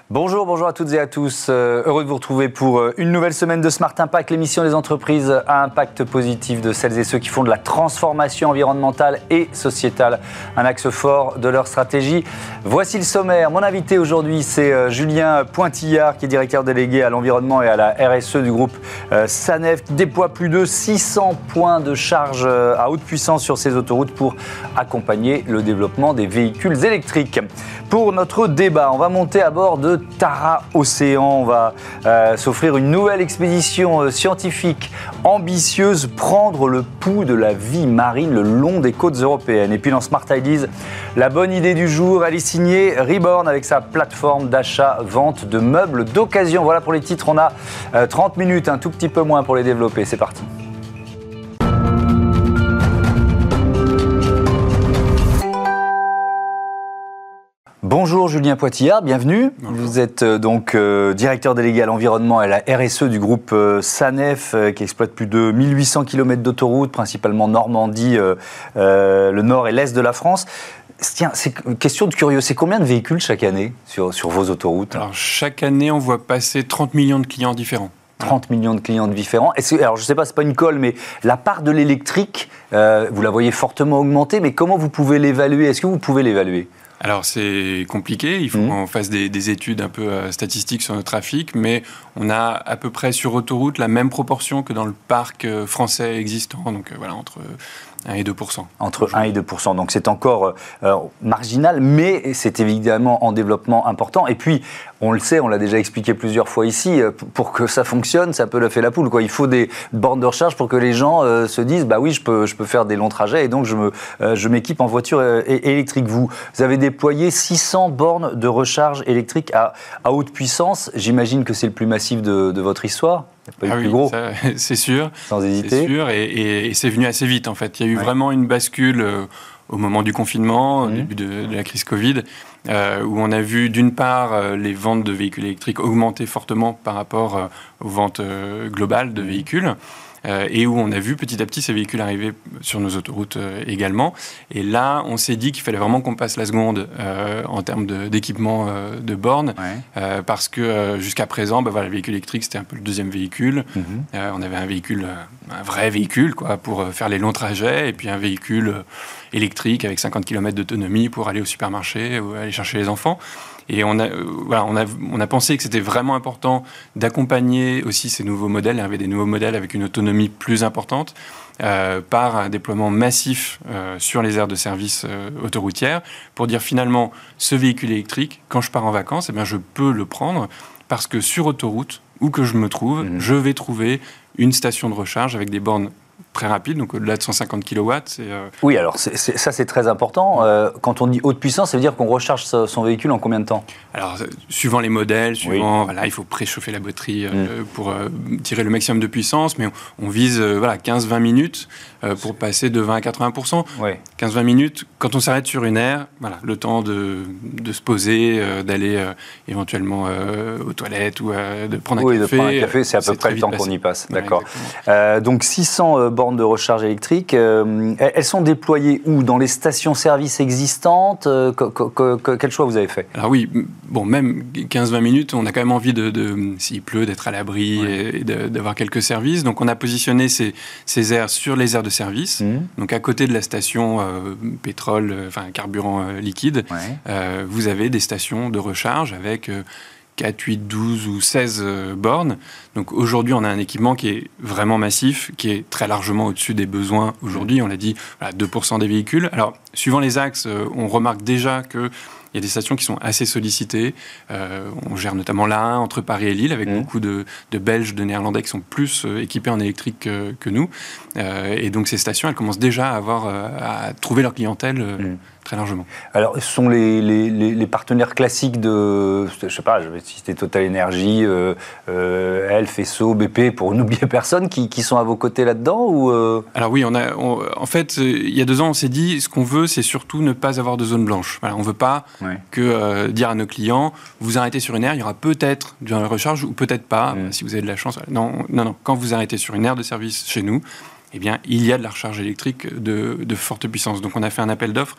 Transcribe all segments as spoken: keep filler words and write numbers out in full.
Bonjour, bonjour à toutes et à tous. Euh, heureux de vous retrouver pour une nouvelle semaine de Smart Impact, l'émission des entreprises à impact positif de celles et ceux qui font de la transformation environnementale et sociétale un axe fort de leur stratégie. Voici le sommaire. Mon invité aujourd'hui, c'est euh, Julien Pointillard, qui est directeur délégué à l'environnement et à la R S E du groupe euh, SANEF, qui déploie plus de six cents points de charge euh, à haute puissance sur ses autoroutes pour accompagner le développement des véhicules électriques. Pour notre débat, on va monter à bord de Tara Océan. On va euh, s'offrir une nouvelle expédition euh, scientifique ambitieuse, prendre le pouls de la vie marine le long des côtes européennes. Et puis dans Smart Ideas, la bonne idée du jour, elle est signée Reborn avec sa plateforme d'achat-vente de meubles d'occasion. Voilà pour les titres, on a euh, trente minutes, un tout petit peu moins pour les développer. C'est parti. Bonjour Julien Pointillard, bienvenue. Bonjour. Vous êtes euh, donc euh, directeur délégué à l'environnement et à la R S E du groupe euh, SANEF euh, qui exploite plus de mille huit cents kilomètres d'autoroutes, principalement Normandie, euh, euh, le nord et l'est de la France. Tiens, c'est une question de curieux, c'est combien de véhicules chaque année sur, sur vos autoroutes ? Alors chaque année, on voit passer trente millions de clients différents. trente millions de clients différents. Est-ce que, alors je ne sais pas, ce n'est pas une colle, mais la part de l'électrique, euh, vous la voyez fortement augmenter, mais comment vous pouvez l'évaluer ? Est-ce que vous pouvez l'évaluer ? Alors c'est compliqué, il faut mmh. qu'on fasse des, des études un peu euh, statistiques sur notre trafic, mais on a à peu près sur autoroute la même proportion que dans le parc euh, français existant, donc euh, voilà, entre un et deux pour cent. Entre un et deux pour cent, donc c'est encore euh, marginal, mais c'est évidemment en développement important. Et puis, on le sait, on l'a déjà expliqué plusieurs fois ici, euh, pour que ça fonctionne, ça peut le faire la poule, quoi. Il faut des bornes de recharge pour que les gens euh, se disent, bah oui, je peux, je peux faire des longs trajets, et donc je, me, euh, je m'équipe en voiture euh, électrique. Vous, vous avez déployé six cents bornes de recharge électrique à, à haute puissance. J'imagine que c'est le plus massif de, de votre histoire. Pas ah oui, plus gros. Ça, c'est sûr. Sans hésiter. C'est sûr, et, et, et c'est venu assez vite, en fait. Il y a eu ouais. vraiment une bascule euh, au moment du confinement, mmh. au début de, de la crise Covid, euh, où on a vu, d'une part, euh, les ventes de véhicules électriques augmenter fortement par rapport euh, aux ventes euh, globales de mmh. véhicules. Euh, et où on a vu petit à petit ces véhicules arriver sur nos autoroutes euh, également. Et là, on s'est dit qu'il fallait vraiment qu'on passe la seconde euh, en termes de, d'équipement euh, de bornes, ouais. euh, parce que euh, jusqu'à présent, bah, voilà, le véhicule électrique, c'était un peu le deuxième véhicule. Mm-hmm. Euh, on avait un véhicule, un vrai véhicule, quoi, pour faire les longs trajets, et puis un véhicule électrique avec cinquante kilomètres d'autonomie pour aller au supermarché ou aller chercher les enfants. Et on a, euh, voilà, on, a, on a pensé que c'était vraiment important d'accompagner aussi ces nouveaux modèles, il y avait des nouveaux modèles avec une autonomie plus importante, euh, par un déploiement massif euh, sur les aires de service euh, autoroutières, pour dire finalement, ce véhicule électrique, quand je pars en vacances, eh bien, je peux le prendre, parce que sur autoroute, où que je me trouve, mmh. je vais trouver une station de recharge avec des bornes très rapide, donc au-delà de cent cinquante kilowatts. C'est, euh... Oui, alors c'est, c'est, ça c'est très important. Euh, quand on dit haute puissance, ça veut dire qu'on recharge son véhicule en combien de temps ? Alors, suivant les modèles, suivant, oui. voilà, il faut préchauffer la batterie euh, mmh. pour euh, tirer le maximum de puissance, mais on, on vise euh, voilà, quinze à vingt minutes euh, pour passer de vingt à quatre-vingts pour cent. Oui. quinze à vingt minutes, quand on s'arrête sur une aire, voilà, le temps de, de se poser, euh, d'aller euh, éventuellement euh, aux toilettes ou euh, de prendre un oui, café. Oui, de prendre un café, c'est à peu c'est près le temps passé. qu'on y passe. Ouais, d'accord. Euh, donc six cents euh, bornes de recharge électrique, euh, elles sont déployées où ? Dans les stations-service existantes ? euh, que, que, que, Quel choix vous avez fait ? Alors oui, bon, même quinze à vingt minutes, on a quand même envie, de, de, s'il pleut, d'être à l'abri ouais. et, et de, d'avoir quelques services. Donc on a positionné ces, ces aires sur les aires de service, mmh. donc à côté de la station euh, pétrole, enfin euh, carburant euh, liquide, ouais. euh, vous avez des stations de recharge avec... Euh, quatre, huit, douze ou seize euh, bornes. Donc aujourd'hui, on a un équipement qui est vraiment massif, qui est très largement au-dessus des besoins aujourd'hui. On l'a dit, voilà, deux pour cent des véhicules. Alors, suivant les axes, euh, on remarque déjà que il y a des stations qui sont assez sollicitées. Euh, on gère notamment l'A un entre Paris et Lille, avec mmh. beaucoup de, de Belges, de Néerlandais qui sont plus euh, équipés en électrique que, que nous. Euh, et donc ces stations, elles commencent déjà à, avoir, euh, à trouver leur clientèle euh, mmh. très largement. Alors, ce sont les, les, les, les partenaires classiques de, je sais pas, je vais citer Total Energy, euh, euh, Elf, Esso, B P, pour n'oublier personne, qui, qui sont à vos côtés là-dedans ou euh... Alors oui, on a, on, en fait, il y a deux ans, on s'est dit, ce qu'on veut, c'est surtout ne pas avoir de zone blanche. Voilà, on veut pas ouais. que euh, dire à nos clients, vous arrêtez sur une aire, il y aura peut-être de la recharge ou peut-être pas, mmh. si vous avez de la chance. Non, non, non. Quand vous arrêtez sur une aire de service chez nous, eh bien, il y a de la recharge électrique de, de forte puissance. Donc, on a fait un appel d'offres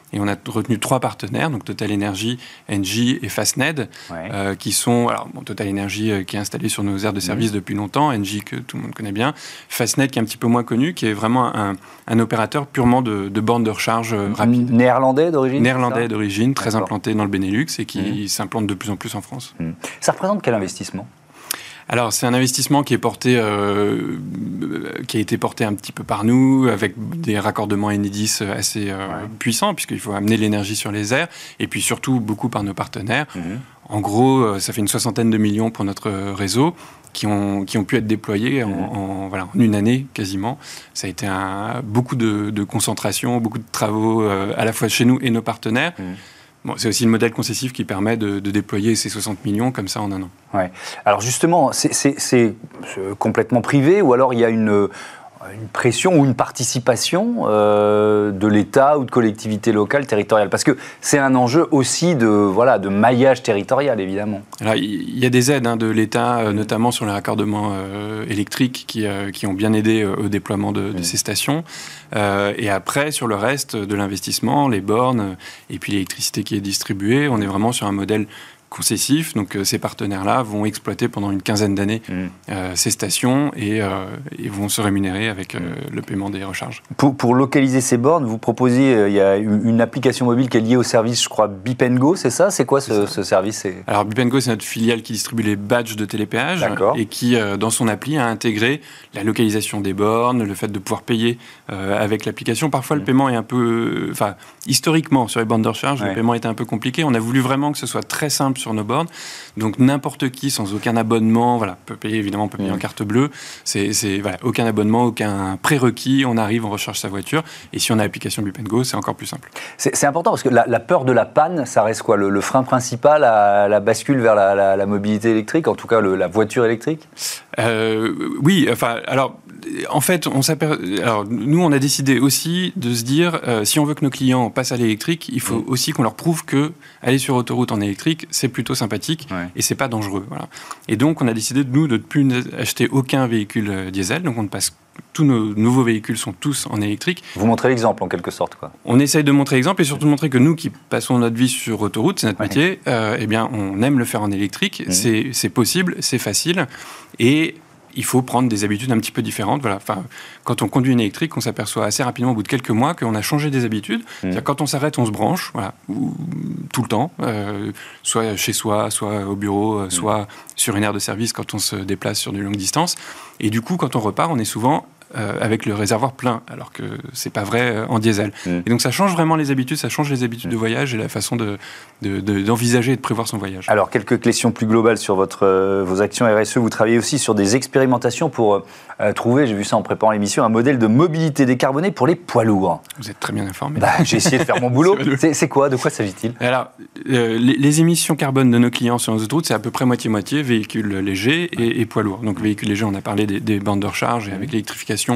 Et on a retenu trois partenaires, donc Total Energy, Engie et Fastned, ouais. euh, qui sont, alors bon, Total Energy euh, qui est installé sur nos aires de service mmh. depuis longtemps, Engie que tout le monde connaît bien, Fastned qui est un petit peu moins connu, qui est vraiment un, un opérateur purement de, de bornes de recharge euh, rapide. Néerlandais d'origine. Néerlandais d'origine, très D'accord. implanté dans le Benelux et qui mmh. s'implante de plus en plus en France. Mmh. Ça représente quel investissement ? Alors, c'est un investissement qui est porté, euh, qui a été porté un petit peu par nous, avec des raccordements Enedis assez euh, ouais. puissants, puisqu'il faut amener l'énergie sur les airs, et puis surtout beaucoup par nos partenaires. Mmh. En gros, ça fait une soixantaine de millions pour notre réseau, qui ont, qui ont pu être déployés en, mmh. en, voilà, en une année quasiment. Ça a été un, beaucoup de, de concentration, beaucoup de travaux euh, à la fois chez nous et nos partenaires. Mmh. Bon, c'est aussi le modèle concessif qui permet de, de déployer ces soixante millions comme ça en un an. Ouais. Alors justement, c'est, c'est, c'est complètement privé ou alors il y a une, une pression ou une participation euh, de l'État ou de collectivités locales, territoriales ? Parce que c'est un enjeu aussi de, voilà, de maillage territorial, évidemment. Alors, il y a des aides hein, de l'État, euh, notamment sur les raccordements euh, électriques qui, euh, qui ont bien aidé euh, au déploiement de, de mmh. ces stations. Euh, et après, sur le reste de l'investissement, les bornes et puis l'électricité qui est distribuée, on est vraiment sur un modèle concessif. Donc, euh, ces partenaires-là vont exploiter pendant une quinzaine d'années mmh. euh, ces stations et, euh, et vont se rémunérer avec euh, mmh. le paiement des recharges. Pour, pour localiser ces bornes, vous proposez, euh, il y a une, une application mobile qui est liée au service, je crois, Beep and Go, c'est ça ? C'est quoi ce, ce service ? c'est... Alors, Beep and Go, c'est notre filiale qui distribue les badges de télépéage D'accord. et qui, euh, dans son appli, a intégré la localisation des bornes, le fait de pouvoir payer euh, avec l'application. Parfois, mmh. le paiement est un peu... Enfin, euh, historiquement, sur les bornes de recharge, ouais. le paiement était un peu compliqué. On a voulu vraiment que ce soit très simple sur nos bornes. Donc n'importe qui, sans aucun abonnement, voilà, peut payer, évidemment, on peut payer mmh. en carte bleue. C'est, c'est voilà, aucun abonnement, aucun prérequis. On arrive, on recharge sa voiture. Et si on a l'application Beep and Go, c'est encore plus simple. C'est, c'est important parce que la, la peur de la panne, ça reste quoi, le, le frein principal à la bascule vers la, la, la mobilité électrique, en tout cas le, la voiture électrique ? euh, Oui, enfin, alors... En fait, on alors, nous, on a décidé aussi de se dire, euh, si on veut que nos clients passent à l'électrique, il faut mmh. aussi qu'on leur prouve que aller sur autoroute en électrique, c'est plutôt sympathique ouais. et c'est pas dangereux. Voilà. Et donc, on a décidé, nous, de ne plus acheter aucun véhicule diesel. Donc, on ne passe tous nos nouveaux véhicules sont tous en électrique. Vous montrez l'exemple, en quelque sorte, quoi. On essaye de montrer l'exemple et surtout de montrer que nous, qui passons notre vie sur autoroute, c'est notre ouais. métier, euh, eh bien, on aime le faire en électrique. Mmh. C'est, c'est possible, c'est facile et il faut prendre des habitudes un petit peu différentes. Voilà. Enfin, quand on conduit une électrique, on s'aperçoit assez rapidement, au bout de quelques mois, qu'on a changé des habitudes. Mmh. C'est-à-dire, quand on s'arrête, on se branche, voilà, ou, tout le temps, euh, soit chez soi, soit au bureau, mmh. soit sur une aire de service quand on se déplace sur de longues distances. Et du coup, quand on repart, on est souvent Euh, avec le réservoir plein, alors que c'est pas vrai euh, en diesel. Mmh. Et donc ça change vraiment les habitudes, ça change les habitudes mmh. de voyage et la façon de, de, de, d'envisager et de prévoir son voyage. Alors, quelques questions plus globales sur votre, euh, vos actions R S E. Vous travaillez aussi sur des expérimentations pour euh, trouver, j'ai vu ça en préparant l'émission, un modèle de mobilité décarbonée pour les poids lourds. Vous êtes très bien informé. Bah, j'ai essayé de faire mon boulot. c'est, c'est quoi ? De quoi s'agit-il ? Alors, euh, les, les émissions carbone de nos clients sur nos autoroutes, c'est à peu près moitié-moitié véhicules légers et, et poids lourds. Donc, véhicules légers, on a parlé des, des bandes de recharge et mmh. avec l'électrification,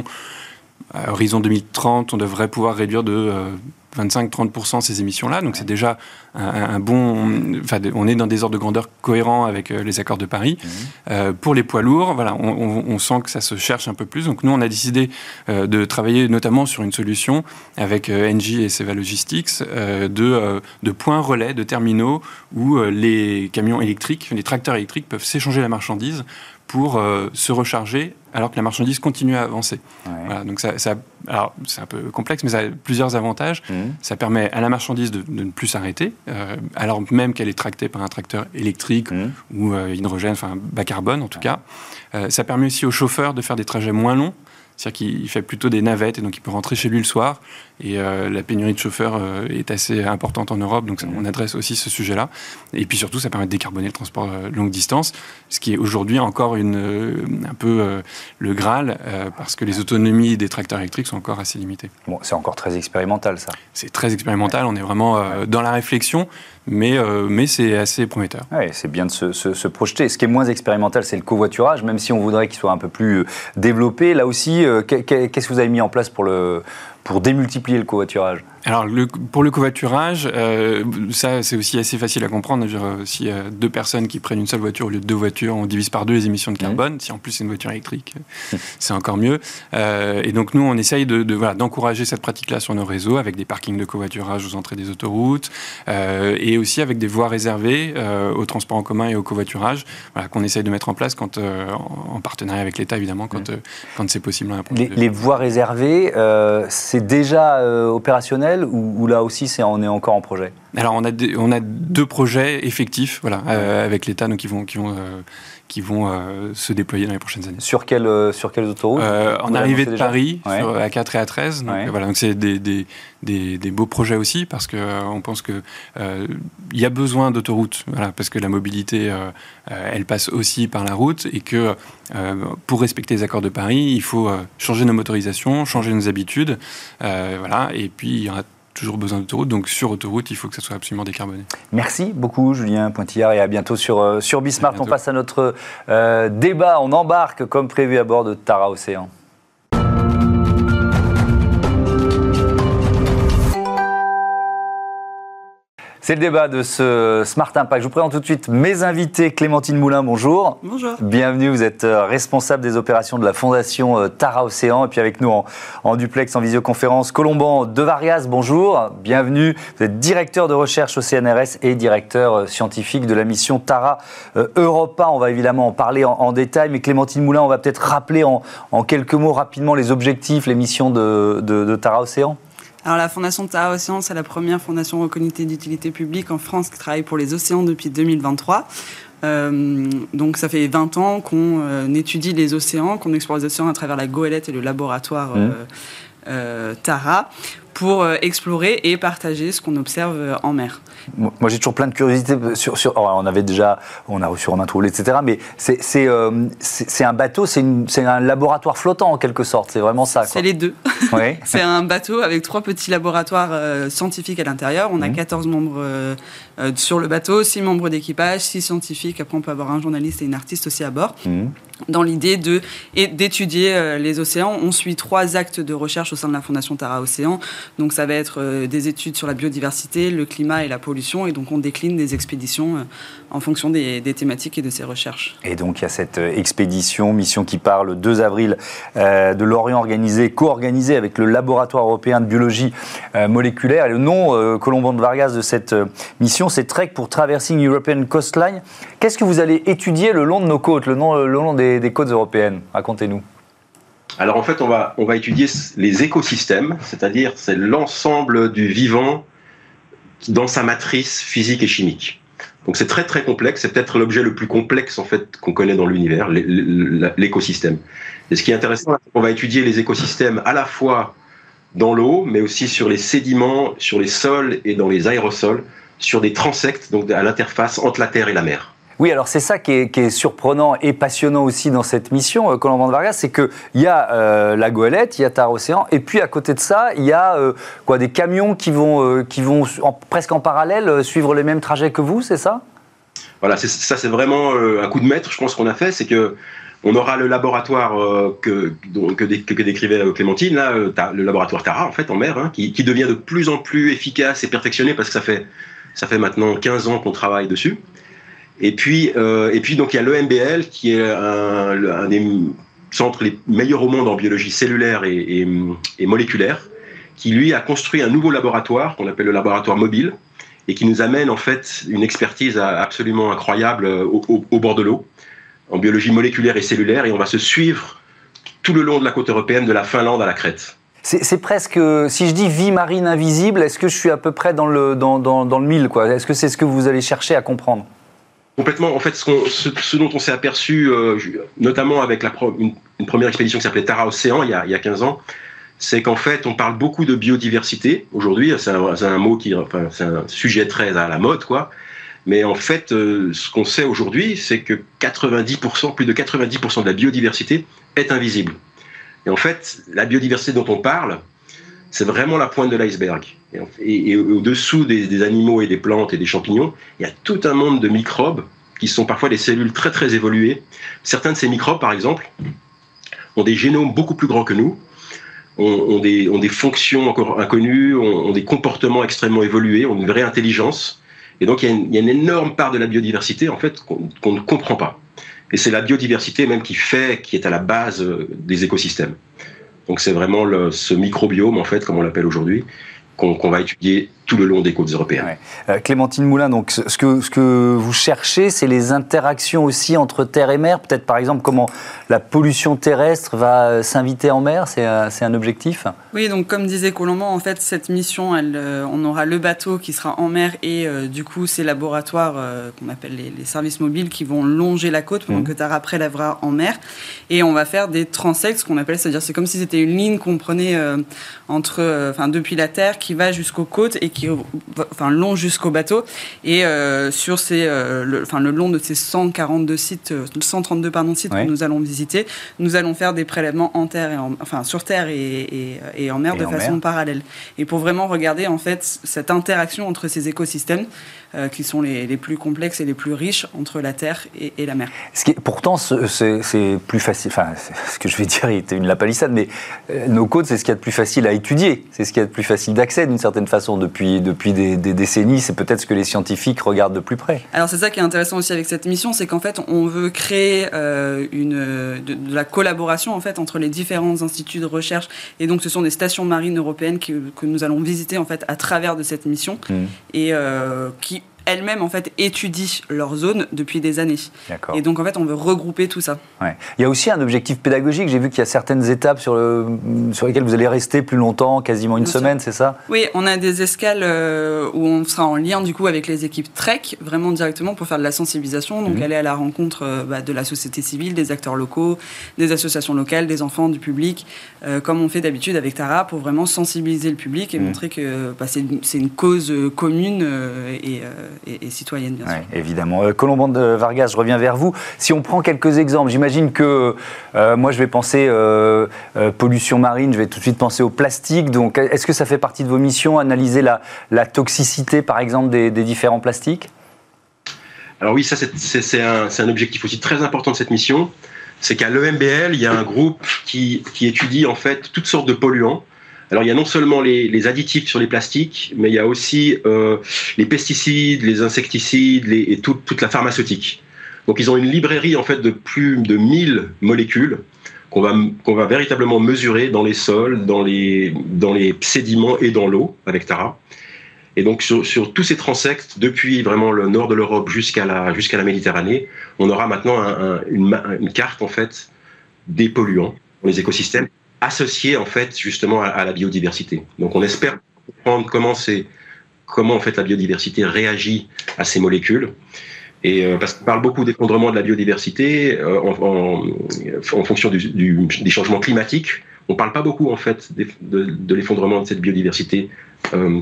à horizon deux mille trente, on devrait pouvoir réduire de euh, vingt-cinq à trente pour cent ces émissions-là. Donc, c'est déjà un, un bon... Enfin, on est dans des ordres de grandeur cohérents avec euh, les accords de Paris. Mmh. Euh, pour les poids lourds, voilà, on, on, on sent que ça se cherche un peu plus. Donc, nous, on a décidé euh, de travailler notamment sur une solution avec euh, Engie et Seva Logistics euh, de, euh, de points relais, de terminaux où euh, les camions électriques, les tracteurs électriques peuvent s'échanger la marchandise pour euh, se recharger alors que la marchandise continue à avancer. Ouais. Voilà, donc ça, ça, alors c'est un peu complexe, mais ça a plusieurs avantages. Mmh. Ça permet à la marchandise de, de ne plus s'arrêter, euh, alors même qu'elle est tractée par un tracteur électrique mmh. ou euh, hydrogène, enfin bas carbone en tout ouais. cas. Euh, ça permet aussi au chauffeur de faire des trajets moins longs. C'est-à-dire qu'il fait plutôt des navettes et donc il peut rentrer chez lui le soir. Et euh, la pénurie de chauffeurs euh, est assez importante en Europe, donc ça, on adresse aussi ce sujet-là. Et puis surtout, ça permet de décarboner le transport euh, longue distance, ce qui est aujourd'hui encore une, euh, un peu euh, le Graal, euh, parce que les autonomies des tracteurs électriques sont encore assez limitées. Bon, c'est encore très expérimental, ça. C'est très expérimental, on est vraiment euh, dans la réflexion, mais, euh, mais c'est assez prometteur. Oui, c'est bien de se, se, se projeter. Ce qui est moins expérimental, c'est le covoiturage, même si on voudrait qu'il soit un peu plus développé. Là aussi, euh, qu'est-ce que vous avez mis en place pour le... pour démultiplier le covoiturage? Alors, le, pour le covoiturage, euh, ça, c'est aussi assez facile à comprendre. Je veux dire, s'il y a deux personnes qui prennent une seule voiture au lieu de deux voitures, on divise par deux les émissions de carbone. Mmh. Si en plus c'est une voiture électrique, mmh. c'est encore mieux. Euh, et donc, nous, on essaye de, de, voilà, d'encourager cette pratique-là sur nos réseaux avec des parkings de covoiturage aux entrées des autoroutes euh, et aussi avec des voies réservées euh, au transport en commun et au covoiturage, voilà, qu'on essaye de mettre en place quand, euh, en, en partenariat avec l'État, évidemment, quand, mmh. euh, quand c'est possible. Les, les voies réservées, euh, c'est déjà euh, opérationnel ou, ou là aussi c'est, on est encore en projet? Alors on a, des, on a deux projets effectifs voilà, euh, avec l'État donc, qui vont, qui vont, euh, qui vont euh, se déployer dans les prochaines années. Sur, quel, euh, sur quelles autoroutes? euh, En arrivée de déjà Paris, ouais. sur A quatre et A treize. Donc, ouais. voilà, donc c'est des, des, des, des beaux projets aussi parce qu'on euh, pense qu'il euh, y a besoin d'autoroutes voilà, parce que la mobilité euh, elle passe aussi par la route et que euh, pour respecter les accords de Paris, il faut euh, changer nos motorisations, changer nos habitudes euh, voilà, et puis il y aura toujours besoin d'autoroute, donc sur autoroute, il faut que ça soit absolument décarboné. Merci beaucoup Julien Pointillard et à bientôt sur, euh, sur Bismart. On passe à notre euh, débat, on embarque comme prévu à bord de Tara Océan. C'est le débat de ce Smart Impact. Je vous présente tout de suite mes invités. Clémentine Moulin, bonjour. Bonjour. Bienvenue, vous êtes responsable des opérations de la Fondation Tara Océan. Et puis avec nous en, en duplex, en visioconférence, Colomban de Vargas, bonjour. Bienvenue. Vous êtes directeur de recherche au C N R S et directeur scientifique de la mission Tara Europa. On va évidemment en parler en, en détail. Mais Clémentine Moulin, on va peut-être rappeler en, en quelques mots rapidement les objectifs, les missions de, de, de Tara Océan. Alors la Fondation Tara Océan, c'est la première fondation reconnue d'utilité publique en France qui travaille pour les océans depuis deux mille vingt-trois. Euh, donc ça fait vingt ans qu'on euh, étudie les océans, qu'on explore les océans à travers la goélette et le laboratoire euh, mmh. euh, Tara pour euh, explorer et partager ce qu'on observe euh, en mer. Moi, j'ai toujours plein de curiosités sur. sur oh, on avait déjà, on a reçu Romain Trouble, et cetera. Mais c'est, c'est, euh, c'est, c'est un bateau, c'est, une, c'est un laboratoire flottant en quelque sorte. C'est vraiment ça. Quoi. C'est les deux. Oui. C'est un bateau avec trois petits laboratoires euh, scientifiques à l'intérieur. On a mmh. quatorze membres euh, euh, sur le bateau, six membres d'équipage, six scientifiques. Après, on peut avoir un journaliste et une artiste aussi à bord. Mmh. Dans l'idée de, et d'étudier euh, les océans. On suit trois actes de recherche au sein de la Fondation Tara Océan. Donc ça va être euh, des études sur la biodiversité, le climat et la pollution. Et donc on décline des expéditions euh, en fonction des, des thématiques et de ces recherches. Et donc il y a cette euh, expédition, mission qui part le deux avril euh, de Lorient, organisée, co-organisée avec le Laboratoire européen de biologie euh, moléculaire. Et le nom, euh, Colomban de Vargas, de cette euh, mission, c'est Trek pour Traversing European Coastline. Qu'est-ce que vous allez étudier le long de nos côtes, le long, le long des, des côtes européennes? Racontez-nous. Alors en fait, on va, on va étudier les écosystèmes, c'est-à-dire c'est l'ensemble du vivant dans sa matrice physique et chimique. Donc c'est très très complexe, c'est peut-être l'objet le plus complexe en fait qu'on connaît dans l'univers, l'écosystème. Et ce qui est intéressant, c'est qu'on va étudier les écosystèmes à la fois dans l'eau, mais aussi sur les sédiments, sur les sols et dans les aérosols, sur des transects, donc à l'interface entre la Terre et la mer. Oui, alors c'est ça qui est, qui est surprenant et passionnant aussi dans cette mission, euh, Colomban de Vargas, c'est qu'il y a euh, la goélette, il y a Tara Océan, et puis à côté de ça, il y a euh, quoi, des camions qui vont, euh, qui vont en, presque en parallèle euh, suivre les mêmes trajets que vous, c'est ça? Voilà, c'est, ça c'est vraiment euh, un coup de maître, je pense qu'on a fait, c'est que on aura le laboratoire euh, que, que, que, que décrivait Clémentine, là, euh, le laboratoire Tara en fait en mer, hein, qui, qui devient de plus en plus efficace et perfectionné parce que ça fait, ça fait maintenant quinze ans qu'on travaille dessus. Et puis, euh, et puis donc il y a l'E M B L qui est un, un des centres les meilleurs au monde en biologie cellulaire et, et, et moléculaire, qui lui a construit un nouveau laboratoire qu'on appelle le laboratoire mobile et qui nous amène en fait une expertise absolument incroyable au, au, au bord de l'eau en biologie moléculaire et cellulaire, et on va se suivre tout le long de la côte européenne de la Finlande à la Crète. C'est, c'est presque, si je dis vie marine invisible, est-ce que je suis à peu près dans le, dans, dans, dans le mille, quoi? Est-ce que c'est ce que vous allez chercher à comprendre? Complètement. En fait, ce, qu'on, ce, ce dont on s'est aperçu, euh, notamment avec la pro, une, une première expédition qui s'appelait Tara Océan il y a, il y a quinze ans, c'est qu'en fait, on parle beaucoup de biodiversité aujourd'hui. C'est un, c'est un mot qui, enfin, c'est un sujet très à la mode, quoi. Mais en fait, euh, ce qu'on sait aujourd'hui, c'est que quatre-vingt-dix pour cent, plus de quatre-vingt-dix pour cent de la biodiversité est invisible. Et en fait, la biodiversité dont on parle, c'est vraiment la pointe de l'iceberg. Et, et, et au-dessous des, des animaux et des plantes et des champignons, il y a tout un monde de microbes qui sont parfois des cellules très très évoluées. Certains de ces microbes, par exemple, ont des génomes beaucoup plus grands que nous, ont, ont, des, ont des fonctions encore inconnues, ont, ont des comportements extrêmement évolués, ont une vraie intelligence. Et donc, il y a une, il y a une énorme part de la biodiversité, en fait, qu'on, qu'on ne comprend pas. Et c'est la biodiversité même qui fait, qui est à la base des écosystèmes. Donc, c'est vraiment le, ce microbiome, en fait, comme on l'appelle aujourd'hui, qu'on, qu'on va étudier tout le long des côtes européennes. Ouais. Euh, Clémentine Moulin, donc ce que, ce que vous cherchez, c'est les interactions aussi entre terre et mer. Peut-être par exemple comment la pollution terrestre va s'inviter en mer, c'est un, c'est un objectif ? Oui, donc comme disait Colomban, en fait cette mission, elle, euh, on aura le bateau qui sera en mer et euh, du coup ces laboratoires euh, qu'on appelle les, les services mobiles qui vont longer la côte pendant mmh. que Tara prélèvera en mer, et on va faire des transects, ce qu'on appelle, c'est-à-dire c'est comme si c'était une ligne qu'on prenait euh, entre, enfin euh, depuis la terre qui va jusqu'aux côtes et qui enfin, longe jusqu'au bateau. Et euh, sur ces, euh, le, enfin, le long de ces cent quarante-deux sites, euh, cent trente-deux pardon, sites ouais. que nous allons visiter, nous allons faire des prélèvements en terre et en, enfin, sur terre et, et, et en mer et de en façon mer. parallèle. Et pour vraiment regarder en fait cette interaction entre ces écosystèmes euh, qui sont les, les plus complexes et les plus riches entre la terre et, et la mer. Ce qui est, pourtant, c'est, c'est plus facile. Enfin, ce que je vais dire, était une lapalissade, mais euh, nos côtes, c'est ce qu'il y a de plus facile à étudier. C'est ce qu'il y a de plus facile d'accès d'une certaine façon depuis depuis des, des décennies. C'est peut-être ce que les scientifiques regardent de plus près. Alors c'est ça qui est intéressant aussi avec cette mission, c'est qu'en fait on veut créer euh, une de, de la collaboration en fait entre les différents instituts de recherche, et donc ce sont des stations marines européennes qui, que nous allons visiter en fait à travers de cette mission mmh. et euh, qui elles-mêmes en fait étudient leur zone depuis des années. D'accord. Et donc en fait on veut regrouper tout ça. Ouais. Il y a aussi un objectif pédagogique. J'ai vu qu'il y a certaines étapes sur, le, sur lesquelles vous allez rester plus longtemps, quasiment une Bien semaine, sûr. C'est ça ? Oui, on a des escales euh, où on sera en lien du coup avec les équipes Trek, vraiment directement pour faire de la sensibilisation, donc mmh. aller à la rencontre euh, bah, de la société civile, des acteurs locaux, des associations locales, des enfants, du public, euh, comme on fait d'habitude avec Tara, pour vraiment sensibiliser le public et mmh. montrer que bah, c'est, une, c'est une cause commune euh, et euh, Et, et citoyenne, bien sûr. Oui, évidemment. Euh, Colomban de Vargas, je reviens vers vous. Si on prend quelques exemples, j'imagine que euh, moi, je vais penser euh, euh, pollution marine, je vais tout de suite penser au plastique. Donc, est-ce que ça fait partie de vos missions, analyser la, la toxicité, par exemple, des, des différents plastiques ? Alors oui, ça, c'est, c'est, c'est, un, c'est un objectif aussi très important de cette mission. C'est qu'à l'E M B L, il y a un groupe qui, qui étudie, en fait, toutes sortes de polluants. Alors, il y a non seulement les, les additifs sur les plastiques, mais il y a aussi euh, les pesticides, les insecticides les, et tout, toute la pharmaceutique. Donc, ils ont une librairie en fait de plus de mille molécules qu'on va, qu'on va véritablement mesurer dans les sols, dans les, dans les sédiments et dans l'eau avec Tara. Et donc, sur, sur tous ces transects, depuis vraiment le nord de l'Europe jusqu'à la, jusqu'à la Méditerranée, on aura maintenant un, un, une, une carte en fait des polluants dans les écosystèmes, associé en fait justement à, à la biodiversité. Donc on espère comprendre comment c'est, comment en fait la biodiversité réagit à ces molécules. Et euh, parce qu'on parle beaucoup d'effondrement de la biodiversité euh, en, en, en fonction du, du, des changements climatiques, on parle pas beaucoup en fait de, de, de l'effondrement de cette biodiversité euh,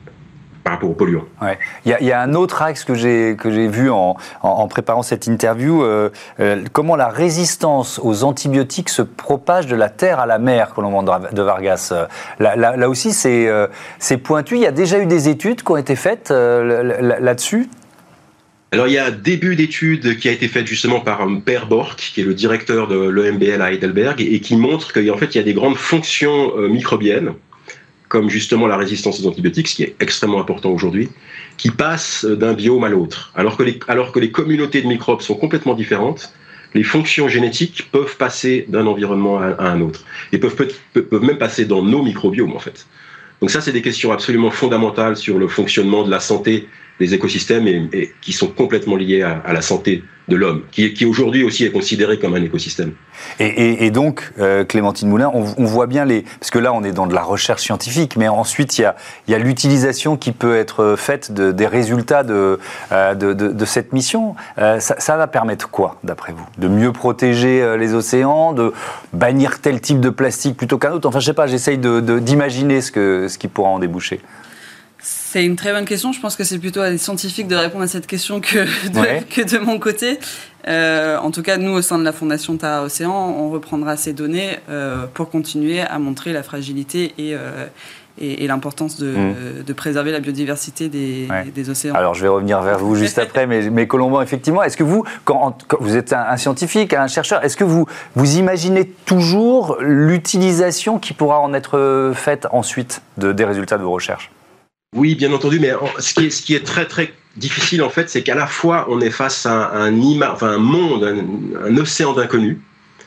par rapport aux polluants. Ouais. Il y a, il y a un autre axe que j'ai, que j'ai vu en, en, en préparant cette interview, euh, euh, comment la résistance aux antibiotiques se propage de la terre à la mer, Colomban de Vargas. Là, là, là aussi, c'est, euh, c'est pointu. Il y a déjà eu des études qui ont été faites euh, là-dessus ? Alors, il y a un début d'étude qui a été faite justement par Per Bork, qui est le directeur de l'E M B L à Heidelberg, et qui montre qu'en fait, il y a des grandes fonctions euh, microbiennes, comme justement la résistance aux antibiotiques, ce qui est extrêmement important aujourd'hui, qui passent d'un biome à l'autre. Alors que les, alors que les communautés de microbes sont complètement différentes, les fonctions génétiques peuvent passer d'un environnement à, à un autre, et peuvent, peuvent, peuvent même passer dans nos microbiomes, en fait. Donc ça, c'est des questions absolument fondamentales sur le fonctionnement de la santé des écosystèmes et, et qui sont complètement liées à, à la santé de l'homme, qui, qui aujourd'hui aussi est considéré comme un écosystème. Et, et, et donc, euh, Clémentine Moulin, on, on voit bien les... Parce que là, on est dans de la recherche scientifique, mais ensuite, il y a, il y a l'utilisation qui peut être faite de, des résultats de, euh, de, de, de cette mission. Euh, ça, ça va permettre quoi, d'après vous ? De mieux protéger euh, les océans, de bannir tel type de plastique plutôt qu'un autre ? Enfin, je sais pas, j'essaye de, de, d'imaginer ce, que, ce qui pourra en déboucher. C'est une très bonne question. Je pense que c'est plutôt à des scientifiques de répondre à cette question que de, ouais. que de mon côté. Euh, en tout cas, nous, au sein de la Fondation Tara Océan, on reprendra ces données euh, pour continuer à montrer la fragilité et, euh, et, et l'importance de, mmh. de préserver la biodiversité des, ouais. des océans. Alors, je vais revenir vers vous juste après, mais, mais Colomban, effectivement, est-ce que vous, quand, quand vous êtes un, un scientifique, un chercheur, est-ce que vous, vous imaginez toujours l'utilisation qui pourra en être faite ensuite de, des résultats de vos recherches ? Oui, bien entendu, mais ce qui est, ce qui est très très difficile en fait, c'est qu'à la fois on est face à un, ima, enfin, un monde, un, un océan d'inconnus.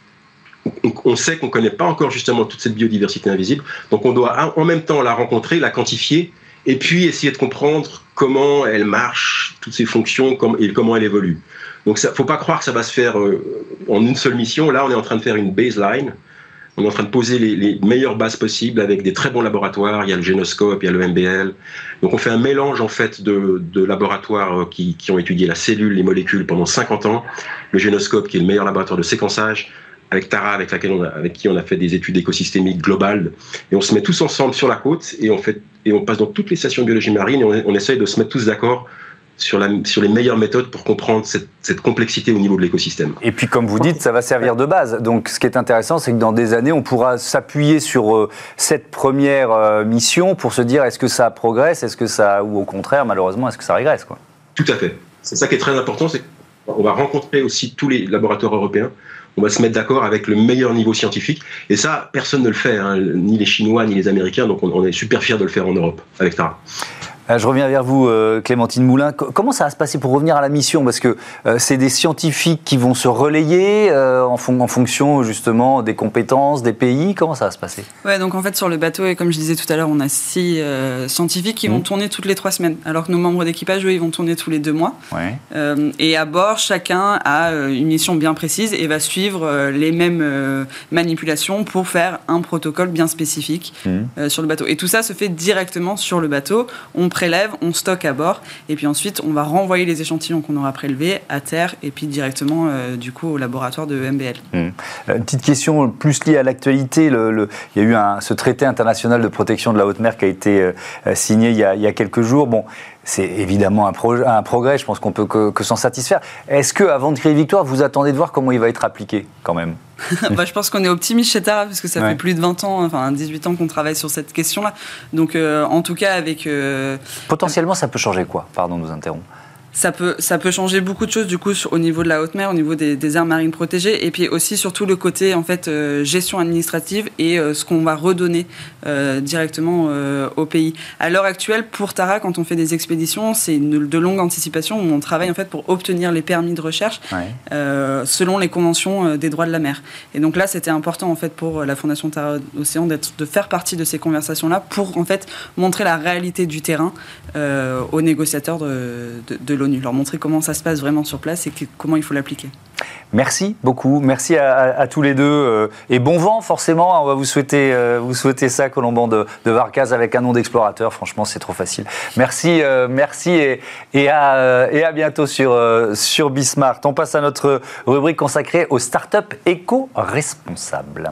On, on sait qu'on ne connaît pas encore justement toute cette biodiversité invisible, donc on doit en même temps la rencontrer, la quantifier, et puis essayer de comprendre comment elle marche, toutes ses fonctions et comment elle évolue. Donc il ne faut pas croire que ça va se faire euh, en une seule mission. Là, on est en train de faire une baseline. On est en train de poser les, les meilleures bases possibles avec des très bons laboratoires. Il y a le Génoscope, il y a le M B L. Donc on fait un mélange en fait de, de laboratoires qui, qui ont étudié la cellule, les molécules pendant cinquante ans. Le Génoscope qui est le meilleur laboratoire de séquençage, avec Tara, avec, laquelle on a, avec qui on a fait des études écosystémiques globales. Et on se met tous ensemble sur la côte et on, fait, et on passe dans toutes les stations de biologie marine et on, on essaye de se mettre tous d'accord Sur, la, sur les meilleures méthodes pour comprendre cette, cette complexité au niveau de l'écosystème. Et puis, comme vous dites, ça va servir de base. Donc, ce qui est intéressant, c'est que dans des années, on pourra s'appuyer sur euh, cette première euh, mission pour se dire est-ce que ça progresse, est-ce que ça, ou au contraire, malheureusement, est-ce que ça régresse, quoi. Tout à fait. C'est ça qui est très important, c'est qu'on va rencontrer aussi tous les laboratoires européens. On va se mettre d'accord avec le meilleur niveau scientifique. Et ça, personne ne le fait, hein, ni les Chinois, ni les Américains. Donc, on, on est super fiers de le faire en Europe, avec Tara. Je reviens vers vous, Clémentine Moulin. Comment ça va se passer pour revenir à la mission ? Parce que euh, c'est des scientifiques qui vont se relayer euh, en, fon- en fonction justement des compétences, des pays. Comment ça va se passer ? Ouais, donc en fait sur le bateau, et comme je disais tout à l'heure, on a six euh, scientifiques qui mmh. vont tourner toutes les trois semaines, alors que nos membres d'équipage, eux, ils vont tourner tous les deux mois. Ouais. Euh, et à bord, chacun a une mission bien précise et va suivre euh, les mêmes euh, manipulations pour faire un protocole bien spécifique mmh. euh, sur le bateau. Et tout ça se fait directement sur le bateau. On prélève, on stocke à bord, et puis ensuite on va renvoyer les échantillons qu'on aura prélevés à terre, et puis directement euh, du coup au laboratoire de M B L. Mmh. Une petite question plus liée à l'actualité, le, le, il y a eu un, ce traité international de protection de la haute mer qui a été euh, signé il y a, il y a quelques jours. Bon, c'est évidemment un, pro, un progrès, je pense qu'on peut que, que s'en satisfaire. Est-ce qu'avant de crier victoire, vous attendez de voir comment il va être appliqué quand même ? bah, je pense qu'on est optimiste chez Tara, parce que ça ouais. fait plus de vingt ans, enfin dix-huit ans qu'on travaille sur cette question-là. Donc euh, en tout cas avec... Euh, Potentiellement ça peut changer quoi ? Pardon de vous interrompre. Ça peut, ça peut changer beaucoup de choses du coup sur, au niveau de la haute mer, au niveau des, des aires marines protégées, et puis aussi surtout le côté en fait euh, gestion administrative et euh, ce qu'on va redonner euh, directement euh, au pays. À l'heure actuelle, pour Tara, quand on fait des expéditions, c'est une, de longue anticipation où on travaille en fait pour obtenir les permis de recherche ouais. euh, selon les conventions euh, des droits de la mer. Et donc là, c'était important en fait pour la Fondation Tara Océan d'être, de faire partie de ces conversations-là pour en fait montrer la réalité du terrain euh, aux négociateurs de, de, de l'O N U, leur montrer comment ça se passe vraiment sur place et que, comment il faut l'appliquer. Merci beaucoup, merci à, à, à tous les deux euh, et bon vent forcément, on va vous souhaiter, euh, vous souhaiter ça, Colomban de, de Varcaz avec un nom d'explorateur, franchement c'est trop facile. Merci, euh, merci et, et, à, et à bientôt sur, euh, sur Bismart. On passe à notre rubrique consacrée aux startups éco-responsables.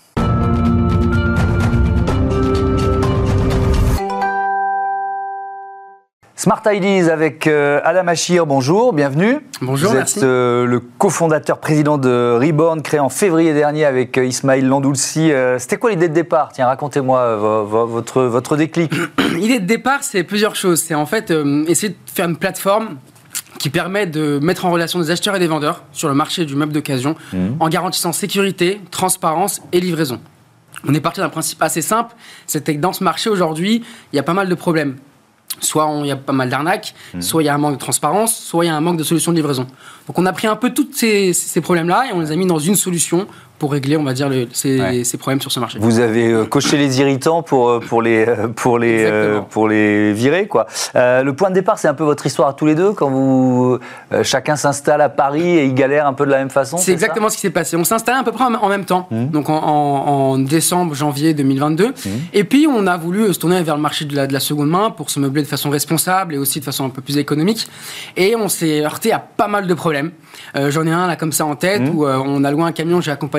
Smart Ideas avec euh, Adam Achir, bonjour, bienvenue. Bonjour, Vous merci. êtes euh, le cofondateur, président de Reborn, créé en février dernier avec euh, Ismail Landoulsi. Euh, c'était quoi l'idée de départ ? Tiens, racontez-moi euh, votre, votre déclic. L'idée de départ, c'est plusieurs choses. C'est en fait euh, essayer de faire une plateforme qui permet de mettre en relation des acheteurs et des vendeurs sur le marché du meuble d'occasion mmh. en garantissant sécurité, transparence et livraison. On est parti d'un principe assez simple, c'était que dans ce marché aujourd'hui, il y a pas mal de problèmes. Soit il y a pas mal d'arnaques, mmh. soit il y a un manque de transparence, soit il y a un manque de solutions de livraison. Donc on a pris un peu tous ces, ces problèmes-là et on les a mis dans une solution pour régler, on va dire, le, ces, ouais. ces problèmes sur ce marché. Vous avez euh, coché les irritants pour, pour, les, pour, les, euh, pour les virer, quoi. Euh, le point de départ, c'est un peu votre histoire à tous les deux, quand vous, euh, chacun s'installe à Paris et il galère un peu de la même façon. C'est, c'est exactement ça ce qui s'est passé. On s'installait à peu près en, en même temps, mmh. donc en, en, en décembre, janvier deux mille vingt-deux. Mmh. Et puis on a voulu se tourner vers le marché de la, de la seconde main pour se meubler de façon responsable et aussi de façon un peu plus économique. Et on s'est heurté à pas mal de problèmes. Euh, j'en ai un là comme ça en tête, mmh. où euh, on a loué un camion, j'ai accompagné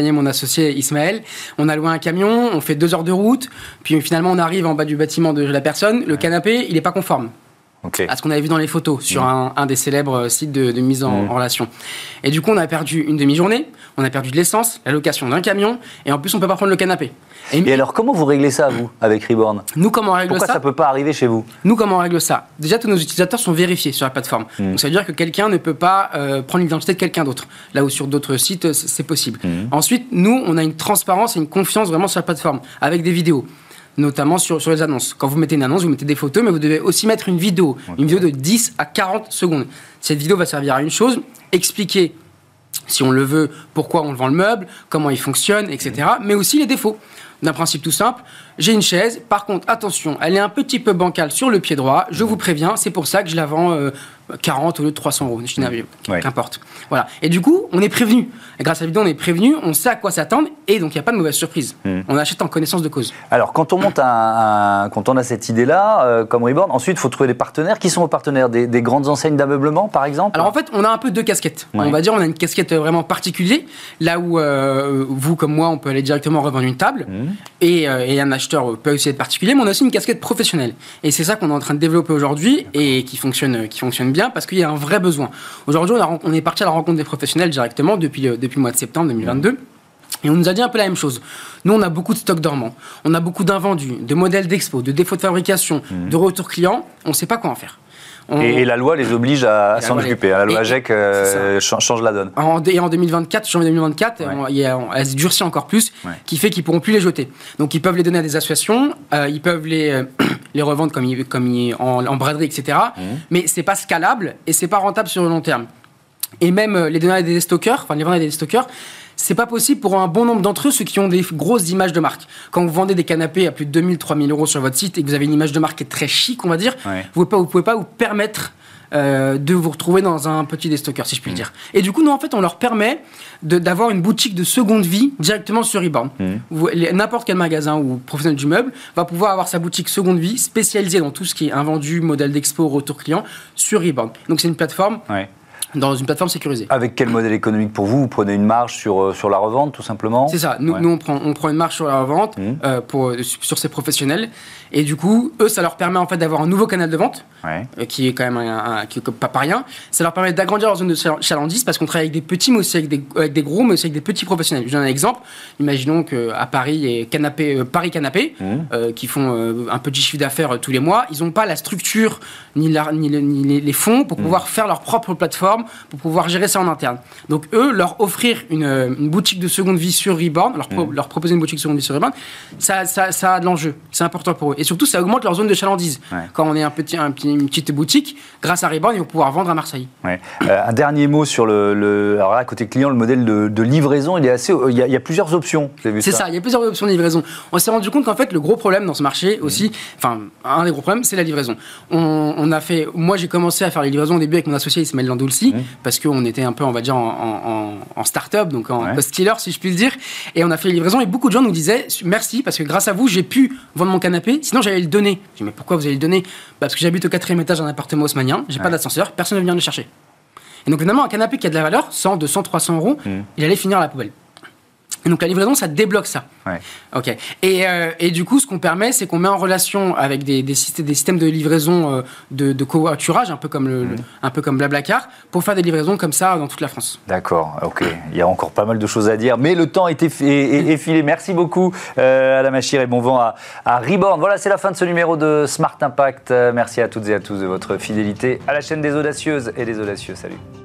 accompagné mon associé Ismaël. On a loué un camion, on fait deux heures de route, puis finalement on arrive en bas du bâtiment de la personne. Le canapé, il n'est pas conforme. Okay. À ce qu'on avait vu dans les photos sur mmh. un, un des célèbres sites de, de mise en, mmh. en relation. Et du coup, on a perdu une demi-journée, on a perdu de l'essence, la location d'un camion, et en plus, on ne peut pas prendre le canapé. Et, et alors, comment vous réglez ça, vous, avec Reborn ? Nous, comment on règle Pourquoi ça ? ça ne peut pas arriver chez vous ? Nous, comment on règle ça ? Déjà, tous nos utilisateurs sont vérifiés sur la plateforme. Mmh. Donc, ça veut dire que quelqu'un ne peut pas euh, prendre l'identité de quelqu'un d'autre. Là où sur d'autres sites, c'est possible. Mmh. Ensuite, nous, on a une transparence et une confiance vraiment sur la plateforme, avec des vidéos. Notamment sur, sur les annonces. Quand vous mettez une annonce, vous mettez des photos, mais vous devez aussi mettre une vidéo. Okay. Une vidéo de dix à quarante secondes. Cette vidéo va servir à une chose, expliquer, si on le veut, pourquoi on vend le meuble, comment il fonctionne, et cetera. Mais aussi les défauts. D'un principe tout simple, j'ai une chaise, par contre, attention, elle est un petit peu bancale sur le pied droit, je vous préviens, c'est pour ça que je la vends euh, quarante au lieu de trois cents euros, ouais. Qu'importe. Voilà. Et du coup, on est prévenu. Et grâce à la vidéo, on est prévenu, on sait à quoi s'attendre, et donc il n'y a pas de mauvaise surprise. Mmh. On achète en connaissance de cause. Alors, quand on monte un, un quand on a cette idée-là, euh, comme Reborn, ensuite, il faut trouver des partenaires. Qui sont vos partenaires ? Des, des grandes enseignes d'ameublement, par exemple ? Alors, en fait, on a un peu deux casquettes. Ouais. On va dire, on a une casquette vraiment particulière, là où euh, vous, comme moi, on peut aller directement revendre une table, mmh. et, euh, et un acheteur peut aussi être particulier, mais on a aussi une casquette professionnelle. Et c'est ça qu'on est en train de développer aujourd'hui, et qui fonctionne, qui fonctionne bien, parce qu'il y a un vrai besoin. Aujourd'hui, on, a, on est parti à la rencontre des professionnels directement depuis le, depuis le mois de septembre deux mille vingt-deux. Et on nous a dit un peu la même chose. Nous, on a beaucoup de stocks dormants, on a beaucoup d'invendus, de modèles d'expo, de défauts de fabrication, mmh. de retours clients. On ne sait pas quoi en faire. On... Et, et la loi les oblige à, à s'en occuper. La loi AGEC euh, change la donne. En, et en deux mille vingt-quatre, janvier deux mille vingt-quatre, ouais. on, il y a, on, elle se durcit encore plus, ouais. qui fait qu'ils ne pourront plus les jeter. Donc, ils peuvent les donner à des associations, euh, ils peuvent les, euh, les revendre comme, ils, comme ils, en, en braderie, et cetera. Mmh. Mais ce n'est pas scalable et ce n'est pas rentable sur le long terme. Et même euh, les donner à des stockeurs, enfin les vendre à des stockers, c'est pas possible pour un bon nombre d'entre eux, ceux qui ont des grosses images de marque. Quand vous vendez des canapés à plus de deux mille, trois mille euros sur votre site et que vous avez une image de marque qui est très chic, on va dire, ouais. vous ne pouvez, pouvez pas vous permettre euh, de vous retrouver dans un petit déstocker, si je puis mmh. dire. Et du coup, nous, en fait, on leur permet de, d'avoir une boutique de seconde vie directement sur Reborn. Mmh. N'importe quel magasin ou professionnel du meuble va pouvoir avoir sa boutique seconde vie spécialisée dans tout ce qui est invendu, modèle d'expo, retour client sur Reborn. Donc, c'est une plateforme... Ouais. Dans une plateforme sécurisée. Avec quel modèle économique pour vous ? Vous prenez une marge sur, sur la revente, tout simplement ? C'est ça. Nous, ouais. nous on, prend, on prend une marge sur la revente, mmh. euh, pour, sur ces professionnels. Et du coup, eux, ça leur permet en fait d'avoir un nouveau canal de vente, ouais. euh, qui est quand même un, un, qui est pas, pas rien. Ça leur permet d'agrandir leur zone de chalandise, parce qu'on travaille avec des petits, mais aussi avec des, avec des gros, mais aussi avec des petits professionnels. Je donne un exemple. Imaginons qu'à Paris, il y ait canapé, euh, Paris Canapé, mmh. euh, qui font euh, un petit chiffre d'affaires euh, tous les mois. Ils n'ont pas la structure, ni, la, ni, le, ni les, les fonds pour mmh. pouvoir faire leur propre plateforme, pour pouvoir gérer ça en interne. Donc eux, leur offrir une, une boutique de seconde vie sur Reborn, leur, pro, mmh. leur proposer une boutique de seconde vie sur Reborn, ça, ça, ça a de l'enjeu. C'est important pour eux. Et surtout, ça augmente leur zone de chalandise. Ouais. Quand on est un petit, un petit, une petite boutique, grâce à Reborn, ils vont pouvoir vendre à Marseille. Ouais. Euh, un dernier mot sur le, le... Alors là, côté client, le modèle de, de livraison, il est assez... Il y a, il y a plusieurs options. Vous avez vu C'est ça, il y a plusieurs options de livraison. On s'est rendu compte qu'en fait, le gros problème dans ce marché aussi, enfin, mmh. un des gros problèmes, c'est la livraison. On, on a fait... Moi, j'ai commencé à faire les livraisons au début avec mon associé Ismaël Landoulsi, mmh. parce qu'on était un peu, on va dire, en, en, en start-up, donc en ouais. post-killer, si je puis le dire. Et on a fait les livraisons et beaucoup de gens nous disaient merci, parce que grâce à vous, j'ai pu vendre mon canapé, sinon j'allais le donner. Je dis, mais pourquoi vous allez le donner ? Parce que j'habite au quatrième étage d'un appartement haussmannien, j'ai ouais. pas d'ascenseur, personne ne vient le chercher. Et donc finalement, un canapé qui a de la valeur, cent, deux cents, trois cents euros, mmh. il allait finir à la poubelle. Et donc la livraison, ça débloque ça. Ouais. Ok. Et, euh, et du coup, ce qu'on permet, c'est qu'on met en relation avec des, des, systèmes, des systèmes de livraison euh, de, de covoiturage, un peu comme le, mmh. le, un peu comme Blablacar, pour faire des livraisons comme ça dans toute la France. D'accord. Ok. Il y a encore pas mal de choses à dire, mais le temps est, eff- est, est filé. Merci beaucoup, euh, Adam Achir, et bon vent à, à Reborn. Voilà, c'est la fin de ce numéro de Smart Impact. Merci à toutes et à tous de votre fidélité à la chaîne des audacieuses et des audacieux. Salut.